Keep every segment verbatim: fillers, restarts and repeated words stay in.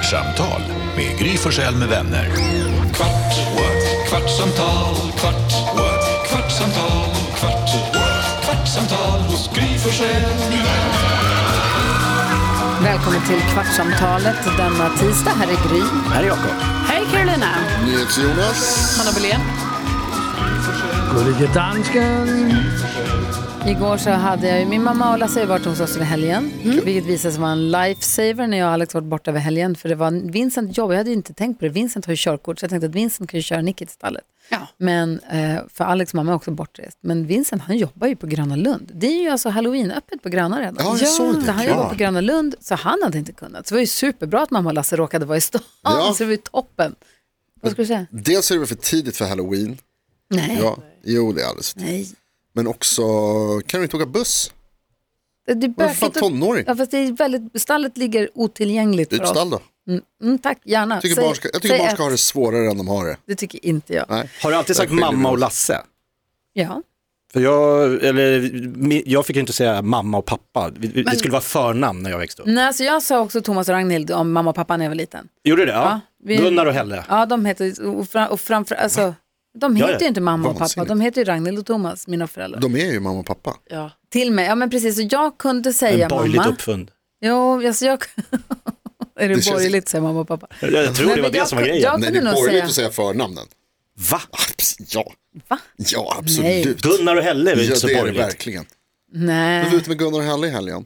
Kvartsamtal med Gry Forssell med vänner. Kvart, what? Kvartsamtal, kvart, what? Kvartsamtal, kvart, what? Kvartsamtal hos Gry Forssell med vänner. Välkommen till Kvartsamtalet denna tisdag. Här är Gry. Här är Jakob. Hej Carolina. Nyhets Jonas. Hanna Belén. Gullige dansken. Igår så hade jag ju, min mamma och Lasse varit hos oss över helgen. Mm. Vilket visade sig vara en lifesaver när jag och Alex varit borta över helgen. För det var Vincent jobb, jag hade ju inte tänkt på det. Vincent har ju körkort så jag tänkte att Vincent kan ju köra Nicky till stallet. Ja. Men eh, för Alex mamma är också bortrest. Men Vincent han jobbar ju på Gröna Lund. Det är ju alltså Halloween-öppet på Gröna redan. Ja, jag såg det. Så han jobbar på Gröna Lund så han hade inte kunnat. Så det var ju superbra att mamma och Lasse råkade vara i stan. Ja. Så det var ju toppen. Vad ska du säga? Dels är det väl för tidigt för Halloween. Nej. Ja, jo det är alldeles. Nej. Men också, kan du inte åka buss? Det, det är Vad fan tonåring? Ja, fast det är väldigt, stallet ligger otillgängligt för Utstall oss. då? Mm, mm, tack, gärna. Jag tycker säg, barn ska, jag tycker barn ska ha det svårare än de har det. Det tycker inte jag. Nej. Har du alltid sagt mamma och Lasse? Ja. För jag, eller, jag fick inte säga mamma och pappa. Det Men, skulle vara förnamn när jag växte upp. Nej, så jag sa också Thomas och Ragnhild om mamma och pappa när jag var liten. Gjorde det? Ja. Ja vi, Gunnar och Helle. Ja, de heter, och, fram, och framför, alltså, de heter ja, ja. ju inte mamma och pappa. De heter ju Ragnhild och Thomas, mina föräldrar. De är ju mamma och pappa. Ja. Till mig, ja men precis. Så jag kunde säga en borgerligt mamma. uppfund. Jo, alltså jag... är det, det borgerligt känns... säga mamma och pappa? Jag, jag tror Nej, det var det jag, som var grejen. Jag Nej, det är borgerligt säga... att säga förnamnen. Va? Ja. Va? Ja, absolut. Nej. Gunnar och Helle är väl ja, inte så borgerligt? Ja, det är det verkligen. Nej. Du var ute med Gunnar och Helle i helgen.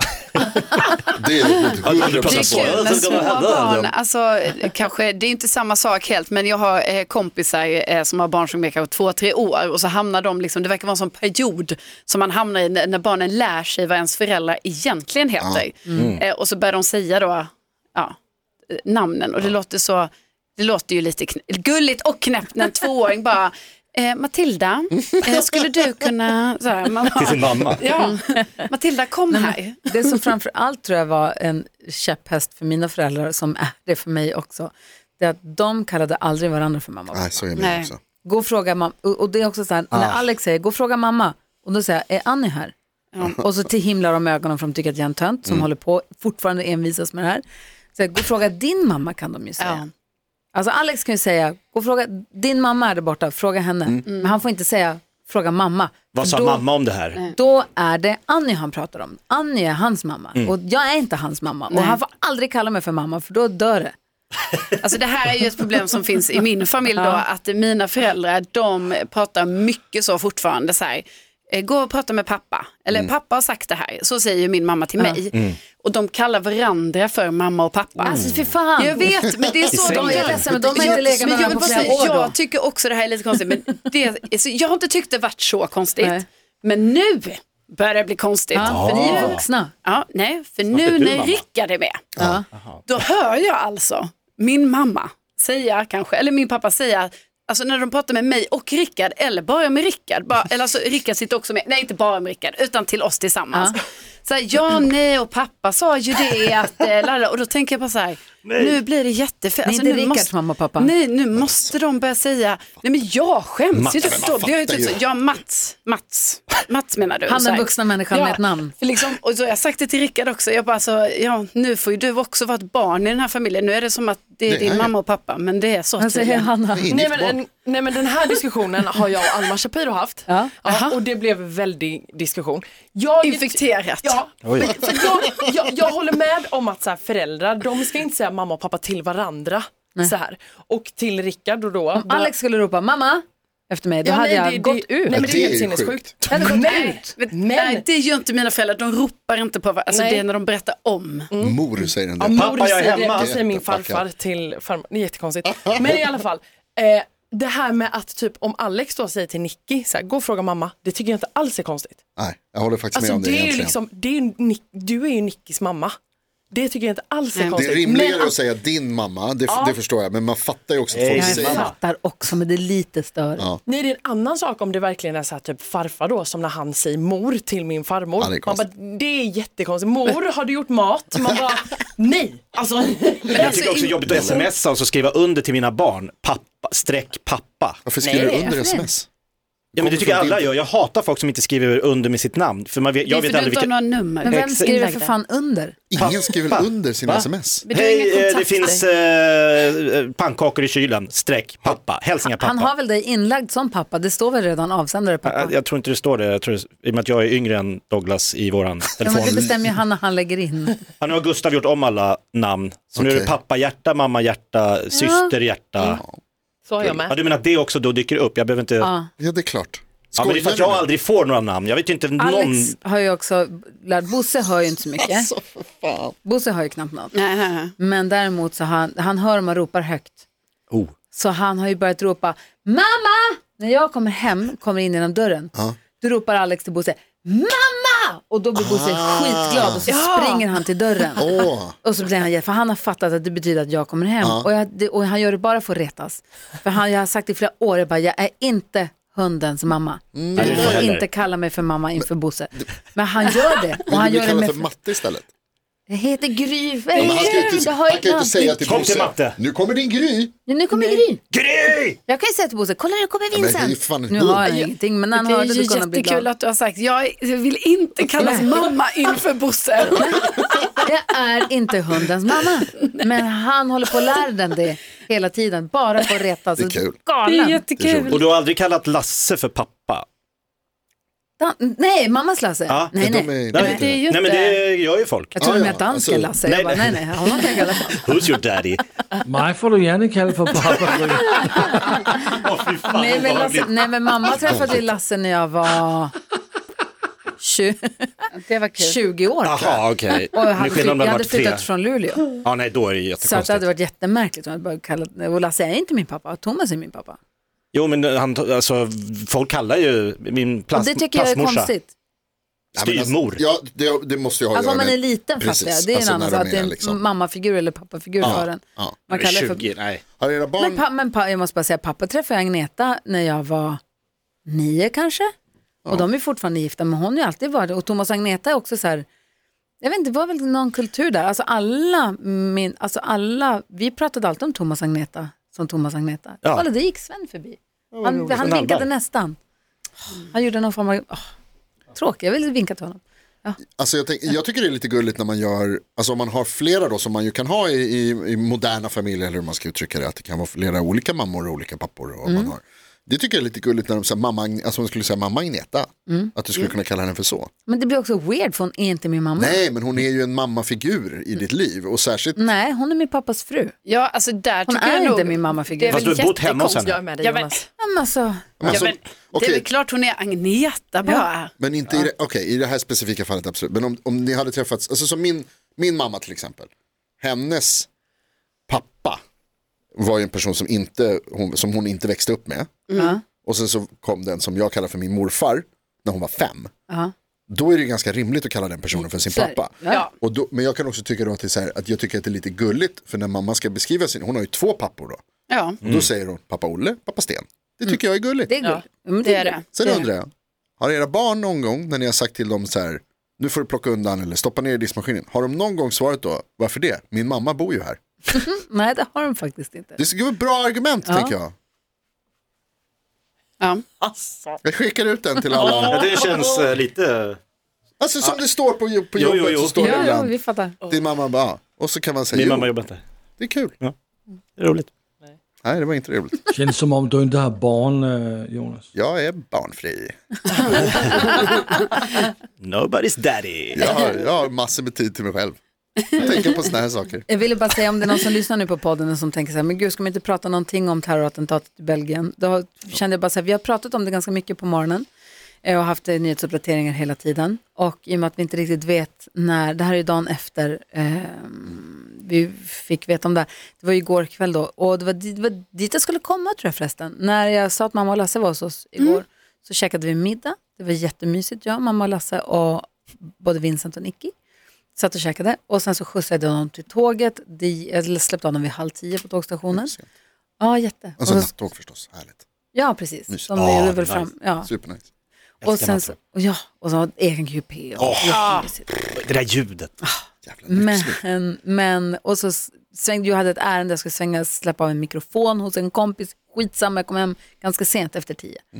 Det är hundra procent kul med små barn. Alltså, kanske, det är inte samma sak helt, men jag har eh, kompisar eh, som har barn som är kanske två, tre år och så hamnar de liksom, det verkar vara en sån period som man hamnar i när, när barnen lär sig vad ens föräldrar egentligen heter. Ja. Mm. Eh, och så börjar de säga då, ja, namnen och det låter så, det låter ju lite knä- gulligt och knäppt när en tvååring bara Eh, Matilda, eh, skulle du kunna så här, mamma. Till sin mamma. Ja, Matilda kom här. Det som framför allt tror jag var en käpphäst för mina föräldrar som är det för mig också. Det är att de kallade aldrig varandra för mamma. Nej, så är det också. Gå och fråga mamma. Och, och det är också så här, ah. när Alex säger, gå och fråga mamma. Och då säger jag, är Annie här? Mm. Och så till himlar de ögonen för de tycker att jag är en tönt som mm. håller på, fortfarande envisas med det här. Så jag, gå och fråga din mamma kan de ju säga. Ja. Alltså Alex kan ju säga, gå och fråga, din mamma är där borta, fråga henne. Mm. Men han får inte säga, fråga mamma. Vad sa då, mamma om det här? Då är det Annie han pratar om. Annie är hans mamma. Mm. Och jag är inte hans mamma. Nej. Och han får aldrig kalla mig för mamma, för då dör det. Alltså det här är ju ett problem som finns i min familj då, ja. Att mina föräldrar, de pratar mycket så fortfarande så här. Gå och prata med pappa. Eller mm. pappa har sagt det här. Så säger ju min mamma till mig. Mm. Och de kallar varandra för mamma och pappa. Mm. Alltså för fan. Jag vet, men det är så de är ledsen. Men de har inte legat med varandra på flera år. Jag tycker också det här är lite konstigt. Men det, alltså, jag har inte tyckt det varit så konstigt. Nej. Men nu börjar det bli konstigt. Ja, för ni är vuxna. Ja, nej. För nu när Rickard är med. Ja. Då hör jag alltså min mamma säga kanske. Eller min pappa säga. Alltså när de pratar med mig och Rickard, eller bara med Rickard, bara, eller alltså Rickard sitter också med, nej inte bara med Rickard, utan till oss tillsammans. Ja. Så här, ja, nej och pappa sa ju det att, eh, och då tänker jag bara så här, nej. Nu blir det jättefel. Alltså, nej, inte Rickards mamma och pappa. Nej, nu måste de börja säga, nej men jag skäms ju inte. Det är typ så, ja, Mats, Mats, Mats menar du. Han den vuxna människan ja, med ett namn. För liksom, och så har jag sagt det till Rickard också, jag bara så, ja, nu får ju du också vara ett barn i den här familjen. Nu är det som att det är nej, din mamma och pappa, men det är så alltså, tydligen. Nej men, en, nej men den här diskussionen har jag och Alma Shapiro haft. Ja. Ja, och det blev väldigt diskussion. Jag, Infekterat. Ja, för jag, jag, jag håller med om att så här, föräldrar, de ska inte säga mamma och pappa till varandra. Så här. Och till Rickard och då. Om Alex skulle ropa mamma efter mig, då ja, hade nej, jag det, gått det, ut. Nej men det är helt sinnessjukt. Men, men, nej, det gör inte mina föräldrar, de ropar inte på vad, alltså nej. Det är när de berättar om. Mm. Mor säger den där. Ja, pappa jag är hemma. Det, det säger min farfar till farmor. Det är jättekonstigt. Men i alla fall, eh, det här med att typ om Alex då säger till Nicky så här, gå och fråga mamma, det tycker jag inte alls är konstigt. Nej, jag håller faktiskt alltså, med om det, det egentligen. Är liksom, det är Nick, du är ju Nickis mamma. Det tycker jag inte alls är Nej. konstigt. Det är rimligare men, att säga din mamma, det, ja. det förstår jag. Men man fattar ju också att folk jag säger. Jag fattar också, men det är lite större. Ja. Nej, det är en annan sak om det verkligen är så här typ farfar då, som när han säger mor till min farmor. Ja, det är man bara, det är jättekonstigt. Mor, har du gjort mat? Man bara, nej. Alltså, men jag alltså, tycker också i... jobbigt att smsa och så skriva under till mina barn, pappa, streck pappa. Varför skriver du under sms? Ja, men det tycker jag alla gör. Jag hatar folk som inte skriver under med sitt namn. För man vet, jag vet aldrig vilka... några nummer. Men vem skriver för fan under? Ingen skriver Pappa. under sina Va? sms. Hej, eh, det finns eh, pannkakor i kylen. Streck, pappa. Hälsningar pappa. Han har väl dig inlagd som pappa? Det står väl redan avsändare pappa? Jag, jag tror inte det står det. Jag tror, I och med att jag är yngre än Douglas i våran Ja, telefon. men det bestämmer ju han när han lägger in. Ja, nu har Gustav gjort om alla namn. Så nu är Okej. det pappa hjärta, mamma hjärta, syster hjärta. Så har jag Ja, med. du menar att det också då dyker upp? Jag behöver inte... Ja, Ja. Ja, det är klart. men det är för att jag aldrig får några namn. Jag vet ju inte någon... Alex har ju också lärt, Bosse hör ju inte så mycket. Alltså, för fan. Bosse hör ju knappt något. Nej, nej, nej. Men däremot så han, han hör om man ropar högt. Oh. Så han har ju börjat ropa mamma! När jag kommer hem, kommer in genom dörren. Ja. Då ropar Alex till Bosse mamma! Och då blir Bosse skitglad och så springer han till dörren. Åh. Och så blir han jätte, för han har fattat att det betyder att jag kommer hem. Ja. Och, jag, det, och han gör det bara för att retas. För han, jag har sagt i flera år, jag, bara, jag är inte hundens mamma. Mm. Du Nej, får heller. inte kalla mig för mamma inför Bosse. Men han gör det. Och Men han du gör det kallar med... för matte istället. Jag heter Gry. Ja, men han ska ju inte, Jag har han ett kan ju namn. inte säga till Kom till Bosse, matte. nu kommer din Gry. Ja, nu kommer Gry. Gry! Jag kan ju säga till Bosse, kolla nu kommer men det är ju Vincent. fan en Nu hund. har han ingenting, men när han Det är hörde ju det kunde bli jättekul glad. att du har sagt, jag vill inte kallas mamma inför Bosse. Jag är inte hundens mamma. Men han håller på att lära den det hela tiden. Bara för att retas. Det är kul. Det är Galen. jättekul. Och du har aldrig kallat Lasse för pappa? Dan- Nej, mammas Lasse. Ja. Nej, De nej. är- Nej, det är ju nej men inte- det gör ju folk. Jag tror Ja, de ja, är dansken alltså- Lasse. Nej, Jag bara, nej, nej. nej. Honom kan jag kalla för. Who's your daddy? Mig får du gärna kalla för pappa. Åh, fy fan, Nej, men obehagligt. Lasse, nej, men mamma träffade ju Lasse när jag var tjugo, Det var kul. tjugo år. tror jag. Jaha, okej. Och jag Nu hade, skillnaden flytt, jag mellan hade varit tre. flyttat från Luleå. Ja, nej, då är det Så att det jättekonstigt. hade varit jättemärkligt om jag bara kallat, och Lasse är inte min pappa, Thomas är min pappa. Jo, men han, alltså, folk kallar ju min Och plast, det tycker jag är plastmorsa konstigt. Ja, men styvmor. alltså, ja, det, det måste jag ha att Alltså om göra man är med- liten Precis, fattar jag. Det är alltså en annan när sak, de att det är är en liksom- mammafigur eller pappafigur Ja, för en. ja. Man kallar det för... tjugo, nej. Har era barn... Men, pa, men pa, jag måste bara säga, pappa träffade jag Agneta när jag var nio kanske. Och de är fortfarande gifta, men hon har ju alltid varit det. Och Thomas och Agneta är också så här, jag vet inte, det var väl någon kultur där. Alltså alla, min, alltså alla, vi pratade alltid om Thomas och Agneta som Thomas och Agneta. Ja. Kolla, det gick Sven förbi. Han, han Som vinkade nallar. nästan. Han gjorde någon form av, oh, tråkigt, jag ville vinka till honom. Alltså jag, tänk, jag tycker det är lite gulligt när man gör, alltså om man har flera då som man ju kan ha i, i, i moderna familjer, eller hur man ska uttrycka det, att det kan vara flera olika mammor och olika pappor och Mm. man har. Det tycker jag är lite gulligt när de säger mamma, Agn- alltså man skulle säga mamma Agneta, Mm. att du skulle kunna kalla henne för så. Men det blir också weird för hon är inte min mamma. Nej, men hon är ju en mammafigur i ditt liv och särskilt, Nej, hon är min pappas fru. Ja, alltså där Hon tycker är jag inte nog... min mammafigur. Det är Fast väl du har bott hemma hos jättekonstigt. Jag henne. är med dig Ja, men, Jonas. Men alltså, men, ja, alltså, men, det okej, är väl klart hon är Agneta bara. men inte i, det, okej, i det här specifika fallet absolut, men om, om ni hade träffats, alltså som min, min mamma till exempel, hennes pappa var ju en person som, inte, hon, som hon inte växte upp med. ja, Och sen så kom den som jag kallar för min morfar när hon var fem. ja. Då är det ju ganska rimligt att kalla den personen för sin Så är det. pappa. Ja. Och då, men jag kan också tycka då att, det är så här, att jag tycker att det är lite gulligt. För när mamma ska beskriva sin, hon har ju två pappor då. Ja, Och då säger hon pappa Olle, pappa Sten. Det tycker jag är gulligt. Det är gulligt. Mm, det är det. Sen det är undrar jag, har era barn någon gång när ni har sagt till dem så här, nu får du plocka undan eller stoppa ner i diskmaskinen. Har de någon gång svarat då, varför det? Min mamma bor ju här. Nej, det har de faktiskt inte. Det är ett bra argument Ja. tänker jag. ja. Jag skickar ut den till alla. Ja, det känns eh, lite... Alltså som det står på, på Jo, jobbet jo, jo. så står det Ja, ja, ibland. vi fattar. Din mamma bara, ja. Och så kan man säga, Min jo, mamma jobbar inte. det är kul. Det är roligt. Nej, det var inte roligt. Känns som om du inte har barn, eh, Jonas. Jag är barnfri. Nobody's daddy. Jag har, jag har massor med tid till mig själv. Jag tänker på såna här saker. Jag ville bara säga om det är någon som lyssnar nu på podden och som tänker så här, men gud, ska man inte prata någonting om terrorattentatet i Belgien? Då kände jag bara så här, vi har pratat om det ganska mycket på morgonen eh, och haft eh, nyhetsuppdateringar hela tiden. Och i och med att vi inte riktigt vet när, det här är ju dagen efter eh, vi fick veta om det här. Det var ju igår kväll då, och det var, det var dit jag skulle komma tror jag förresten. När jag sa att mamma och Lasse var hos oss igår mm. så käkade vi middag. Det var jättemysigt, jag, mamma och Lasse och både Vincent och Nicky. Satt och käkade och sen så skjutsade jag dem till tåget. De, jag släppte av dem vid halv tio på tågstationen. Ja, jätte. Alltså och så, nattåg förstås, härligt. ja, precis. Mysigt. De Ja, gjorde väl nice. fram. Ja. Supernice. Och sen så, och ja, och så egen kupé. Och jättemysigt. Det där ljudet. Jävla lyxigt. Men, men, och så svängde jag hade ett ärende, jag skulle svänga, släppa av en mikrofon hos en kompis. Skitsamma, jag kom hem ganska sent efter tio. Mm.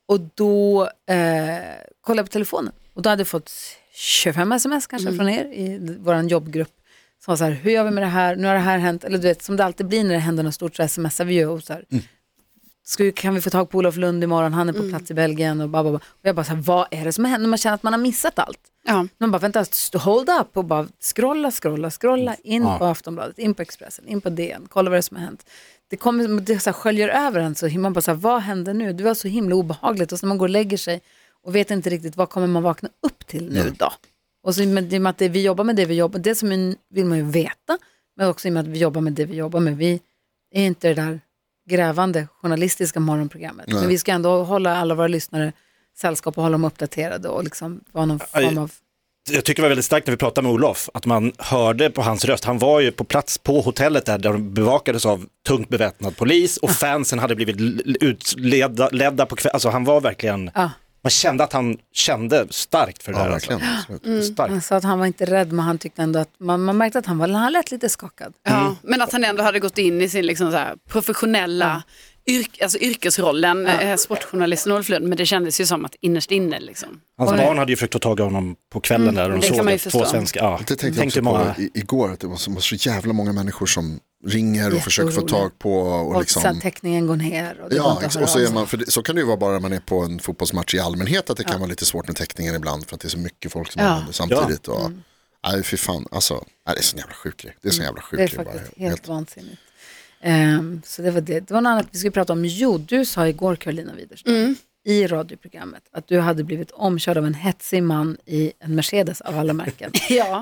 Och då eh, kollade jag på telefonen. Och då hade jag fått tjugofem sms kanske mm. från er i vår jobbgrupp. Som var så här, hur gör vi med det här? Nu har det här hänt. Eller du vet, som det alltid blir när det händer något stort, så smsar vi ju. Och så här, mm. Ska, kan vi få tag på Olof Lund imorgon? Han är på mm. plats i Belgien. Och, bababa. Och jag bara så här, vad är det som händer? Man känner att man har missat allt. Ja. Man bara, vänta, hold up. Och bara scrolla, scrolla, scrolla. In ja. på Aftonbladet, in på Expressen, in på D N. Kolla vad det är som har hänt. Det, kommer, det så här, sköljer över en. Så man bara så här, vad händer nu? Det var så himla obehagligt. Och så när man går och lägger sig och vet inte riktigt, vad kommer man vakna upp till nu då? Och så med, med att det, vi jobbar med det vi jobbar, det som en, vill man ju veta, men också med att vi jobbar med det vi jobbar med. Vi är inte det där grävande journalistiska morgonprogrammet. Nej. Men vi ska ändå hålla alla våra lyssnare sällskap och hålla dem uppdaterade och liksom vara någon form av... Jag tycker det var väldigt starkt när vi pratade med Olof, att man hörde på hans röst. Han var ju på plats på hotellet där, där de bevakades av tungt beväpnad polis och fansen hade blivit utledda ledda på kväll. Alltså han var verkligen... Ja. Man kände att han kände starkt för det ja, här. Verkligen. Mm. Starkt. Han sa att han var inte rädd, men han tyckte ändå att man, man märkte att han var han lät lite skakad. Ja, mm. Men att han ändå hade gått in i sin liksom så här professionella ja. yrk, alltså yrkesrollen, ja. eh, sportjournalisten Olof Lund, men det kändes ju som att innerst inne liksom. Hans barn hade ju försökt ta tag i honom på kvällen mm. där och de såg det, två svenska. Ja. Det tänkte jag också många... på i, igår, att det var så, var så jävla många människor som ringer och försöker få tag på och, och liksom... sen täckningen går ner och det ja, och, och så är man, för det, så kan det ju vara bara när man är på en fotbollsmatch i allmänhet, att det ja. kan vara lite svårt med täckningen ibland för att det är så mycket folk som ja. använder samtidigt ja. och mm. nej fy fan, alltså nej, det är så jävla sjuk grej. Det är så jävla sjuk grej. Det är faktiskt bara, helt, helt vansinnigt. Um, så det var det. Det var något annat vi skulle prata om. Jo, du sa igår, Carolina Widerström, mm. i radioprogrammet att du hade blivit omkörd av en hetsig man i en Mercedes av alla märken. Ja.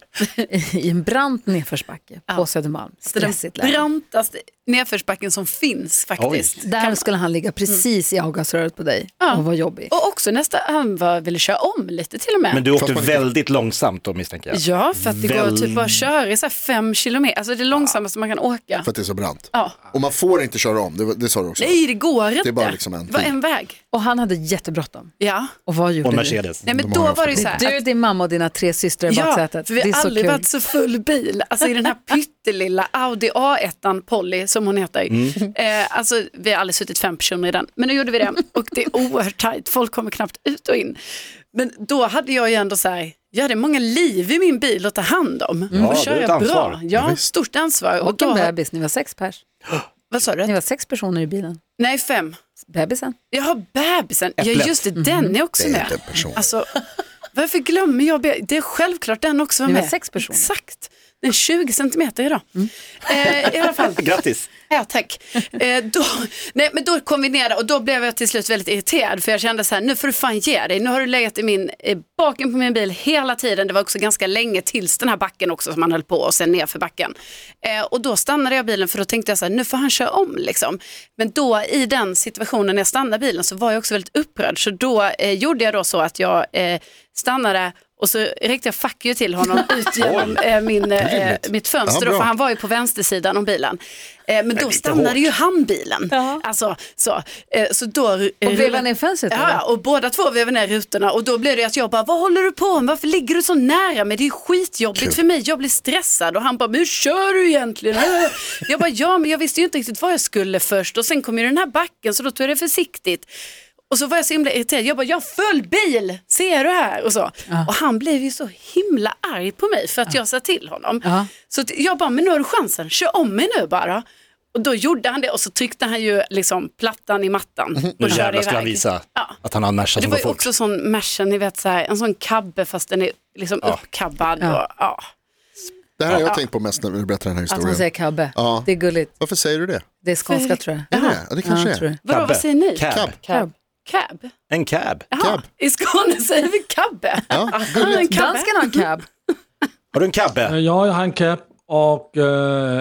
I en brant nedförsbacke ja. på Södermalm. Stressigt läge. Den brantaste nedförsbacken som finns faktiskt. Oj. Där skulle han ligga precis mm. i avgasröret på dig ja. och var jobbig. Och också nästa, han var, ville köra om lite till och med. Men du åkte väldigt långsamt då, misstänker jag. Ja, för att det Väl... går typ bara att köra i så här fem kilometer. Alltså det är långsammaste ja. man kan åka. För att det är så brant. Ja. Och man får inte köra om, det, det sa du också. Nej, det går inte. Det är bara liksom en, det var en väg. Och han hade jättebråttom. Ja. Och vad gjorde och Mercedes. du? Nej, men då var det ju så här. Du, din mamma och dina tre systrar i ja, baksätet. För vi har aldrig varit så full bil. Alltså i den här pyttelilla Audi A ett Polly som hon heter. Mm. Eh, alltså vi har aldrig suttit fem personer i den. Men nu gjorde vi det. Och det är oerhört tajt. Folk kommer knappt ut och in. Men då hade jag ju ändå så här. Jag hade många liv i min bil att ta hand om. Mm. Och köra bra. Ja, stort ansvar. Och, och en bebis, ni var sex pers. Vad sa du? Ni var sex personer i bilen. Nej, fem. Bebisen? Ja, bebisen. Ja, just det, den är också det är med. Person. Alltså, varför glömmer jag? Be- det är självklart den också var Ni med. var sex personer. Exakt. Den är tjugo centimeter idag. Mm. Eh, I alla fall. Grattis. Ja, tack. Eh, då, nej, men då kom vi ner och då blev jag till slut väldigt irriterad. För jag kände så här, nu får du fan ge dig. Nu har du legat i min, eh, baken på min bil hela tiden. Det var också ganska länge tills den här backen också som man höll på och sen ner för backen. Eh, och då stannade jag bilen för då tänkte jag så här, nu får han köra om liksom. Men då i den situationen när jag stannade bilen så var jag också väldigt upprörd. Så då eh, gjorde jag då så att jag eh, stannade och så räckte jag fuck you till honom ut genom eh, min, eh, mitt fönster. Ja, då, för han var ju på vänstersidan om bilen. Eh, men då stannade hårt. ju han bilen. Ja. Alltså, så, eh, så då, eh, och vevade ner fönstret? Ja, eller? Och båda två vevade ner rutorna. Och då blev det att jag bara, vad håller du på med? Varför ligger du så nära mig? Det är skitjobbigt Kul. för mig. Jag blir stressad. Och han bara, men hur kör du egentligen? Jag bara, ja men jag visste ju inte riktigt vad jag skulle först. Och sen kom ju den här backen så då tog jag det försiktigt. Och så var jag så himla irriterad. Jag bara, jag föll bil, ser du här? Och, så. Ja. Och han blev ju så himla arg på mig för att ja. jag sa till honom. Ja. Så jag bara, men nu har du chansen, kör om mig nu bara. Och då gjorde han det och så tryckte han ju liksom plattan i mattan. Mm. Och körde iväg. Skulle han visa ja. att han har en Merca som det var ju fort. också sån Merca, ni vet så här, en sån kabbe fast den är liksom ja. uppkabbad. Ja. Och, ja. Det här har jag ja. tänkt på mest när du berättar den här historien. Att man säger kabbe. Ja. Det är gulligt. Varför säger du det? Det är skånska tror jag. Är det? Ja, det kanske ja, är. Vadå, vad säger ni? Cab. Cab. Cab. Cab? En cab. cab. I Skåne säger vi kabbe. Ja, en dansken har en cab. Har du en kabbe? Ja, jag har en cab och äh,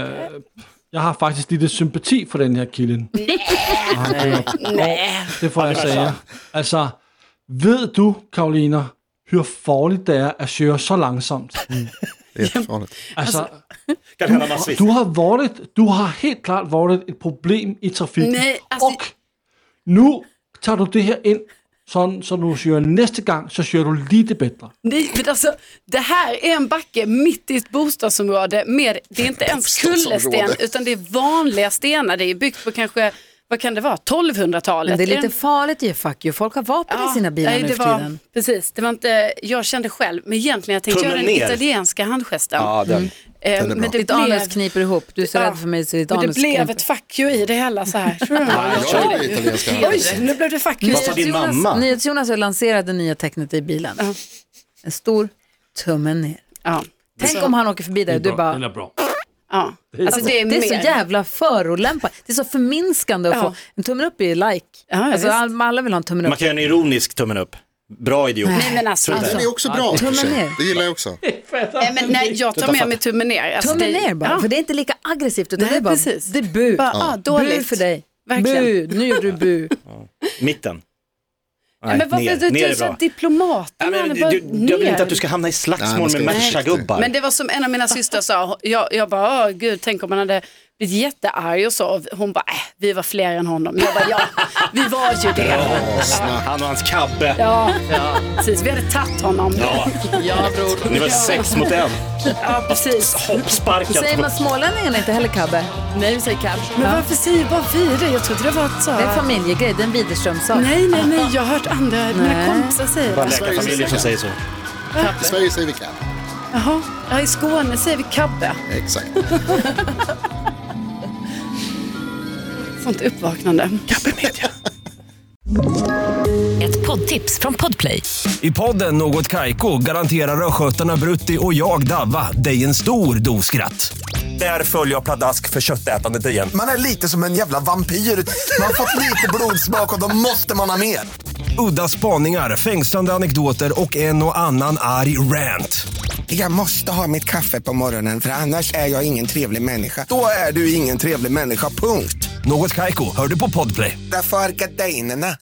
jag har faktiskt lite sympati för den här killen. Nej. Nej. Det får jag säga. Alltså, vet du, Carolina, hur farligt det är att köra så långsamt? Mm. Det är jättefarligt. Alltså, du, du har varit, du har helt klart varit ett problem i trafiken. Nej, alltså... Och nu tar du det här in så, så du kör nästa gång så kör du lite bättre. Nej, men alltså, det här är en backe mitt i ett bostadsområde med, det är inte ens kullersten utan det är vanliga stenar. Det är byggt på kanske vad kan det vara, tolvhundratalet. Men det är lite farligt ju, fuck you. Folk har vapen ja, i sina bilar nej, nu för var, tiden. Precis, det var inte, jag kände själv, men egentligen jag tänkte göra den ner. italienska handgesten. Ja, den. Mm. Eh, den men det ditt blev, anus kniper ihop, du är så ja, rädd för mig så ditt men anus det blev kniper. ett fuck you i det hela så här. Oj, nu blev det fuck you. Vad sa din mamma? NyhetsJonas har lanserat det nya tecknet i bilen. Ja. En stor tummen ner. Ja. Tänk så. Om han åker förbi där och du bara... Den är bra. Ja. Alltså, det är, det är så jävla förolämpande. Det är så förminskande att ja. få en tummen upp i like. Ja, alltså, alla vill ha en tummen upp. Man kan göra en ironisk tummen upp. Bra idiot. Nej, men alltså, alltså, det är också bra. Tummen ner. Det gillar jag också. Nej, men nej, jag tar med mig tummen ner. Alltså, tummen det, ner bara. Ja. För det är inte lika aggressivt. Utan nej, det är bara, precis. Det är bu. Bara, ja. ah, dåligt. Bu för dig. Verkligen. Bu. Nu gjorde du bu. Ja. Mitten. Nej, men varför ner, du, du är så diplomat? Ja, men, du, du, jag vill inte att du ska hamna i slagsmål med matchagubbar. Men det var som en av mina systrar sa, jag, jag bara, åh, gud, tänk om man hade blivit jättearg och så. Hon bara, äh, vi var fler än honom. Jag bara, ja, vi var ju det. Ja, han och hans kabbe. Ja, ja, precis, vi hade tagit honom. Ja, ja bror. Ni var sex mot en. Ja, precis. Hoppsparkat. Säger man smålänningarna inte heller kabbe? Nej, vi säger kabbe. Men ja. varför säger bara vi det? Jag trodde det var ett så. Det är en familjegrej, det är en Widerström-sak. Nej, nej, nej, jag har hört andra, nej. mina kompisar säger det. Bara läkarfamiljer som säger så. I Sverige säger vi kabbe. Jaha, ja, i Skåne säger vi kabbe. Exakt. Sånt uppvaknande. Kabbe Media. Ett poddtips från Podplay. I podden Något Kaiko garanterar röskötarna Brutti och jag Davva dig en stor doskratt. Där följer jag pladask för köttätandet igen. Man är lite som en jävla vampyr. Man har fått lite blodsmak och då måste man ha mer. Udda spaningar, fängslande anekdoter och en och annan arg rant. Jag måste ha mitt kaffe på morgonen för annars är jag ingen trevlig människa. Då är du ingen trevlig människa, punkt. Något Kaiko, hör du på Podplay. Därför är gardinerna.